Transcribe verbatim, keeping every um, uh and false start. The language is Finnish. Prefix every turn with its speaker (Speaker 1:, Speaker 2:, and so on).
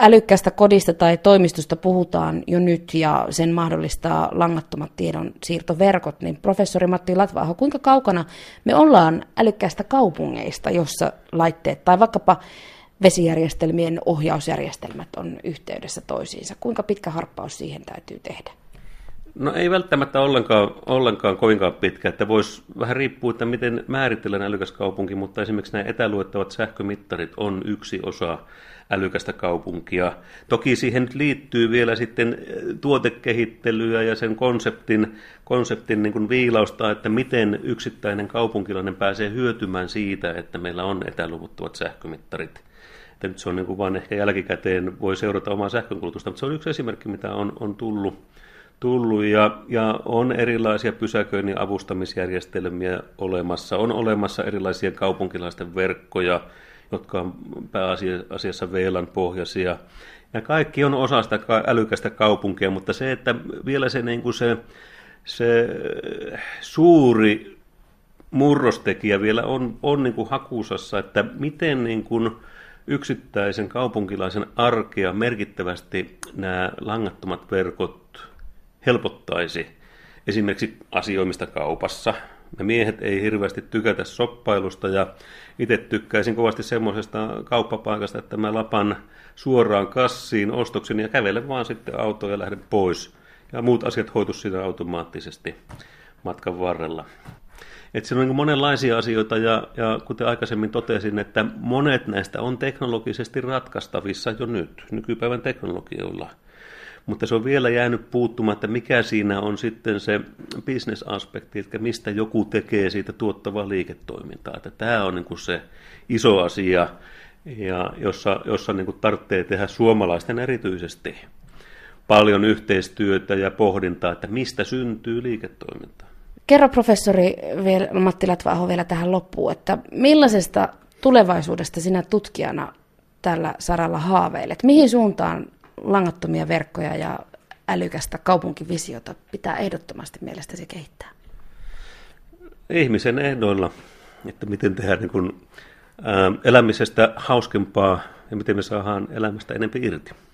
Speaker 1: älykkäästä kodista tai toimistosta puhutaan jo nyt ja sen mahdollistaa langattomat tiedon siirtoverkot, niin professori Matti Latva-aho, kuinka kaukana me ollaan älykkäästä kaupungeista, jossa laitteet tai vaikkapa vesijärjestelmien ohjausjärjestelmät on yhteydessä toisiinsa? Kuinka pitkä harppaus siihen täytyy tehdä?
Speaker 2: No ei välttämättä ollenkaan, ollenkaan kovinkaan pitkä, että voisi vähän riippua, että miten määritellään älykäs kaupunki, mutta esimerkiksi nämä etäluettavat sähkömittarit on yksi osa älykästä kaupunkia. Toki siihen nyt liittyy vielä sitten tuotekehittelyä ja sen konseptin, konseptin niin kuin viilausta, että miten yksittäinen kaupunkilainen pääsee hyötymään siitä, että meillä on etäluettavat sähkömittarit. Että nyt se on niin kuin vaan ehkä jälkikäteen voi seurata omaa sähkönkulutusta, mutta se on yksi esimerkki, mitä on, on tullut. tullut ja, ja on erilaisia pysäköinnin avustamisjärjestelmiä olemassa. On olemassa erilaisia kaupunkilaisten verkkoja, jotka on pääasiassa V LAN-pohjaisia. Ja kaikki on osa sitä älykästä kaupunkia, mutta se, että vielä se, niin kuin se, se suuri murrostekijä vielä on, on niin kuin hakusassa, että miten niin kuin yksittäisen kaupunkilaisen arkea merkittävästi nämä langattomat verkot helpottaisi esimerkiksi asioimista kaupassa. Me miehet ei hirveästi tykätä shoppailusta ja itse tykkäisin kovasti semmoisesta kauppapaikasta, että mä lapan suoraan kassiin ostoksen ja kävelen vaan sitten autoon ja lähden pois. Ja muut asiat hoitu siinä automaattisesti matkan varrella. Että siinä on niin monenlaisia asioita ja, ja kuten aikaisemmin totesin, että monet näistä on teknologisesti ratkaistavissa jo nyt, nykypäivän teknologioilla. Mutta se on vielä jäänyt puuttumatta, mikä siinä on sitten se business-aspekti, että mistä joku tekee siitä tuottavaa liiketoimintaa. Että tämä on niin kuin se iso asia, ja jossa, jossa niin kuin tarvitsee tehdä suomalaisten erityisesti paljon yhteistyötä ja pohdintaa, että mistä syntyy liiketoimintaa.
Speaker 1: Kerro professori Matti Latva-aho vielä tähän loppuun, että millaisesta tulevaisuudesta sinä tutkijana tällä saralla haaveilet? Mihin suuntaan langattomia verkkoja ja älykästä kaupunkivisiota pitää ehdottomasti mielestäsi kehittää?
Speaker 2: Ihmisen ehdoilla, että miten tehdään niin kuin, ää, elämisestä hauskempaa ja miten me saadaan elämästä enemmän irti.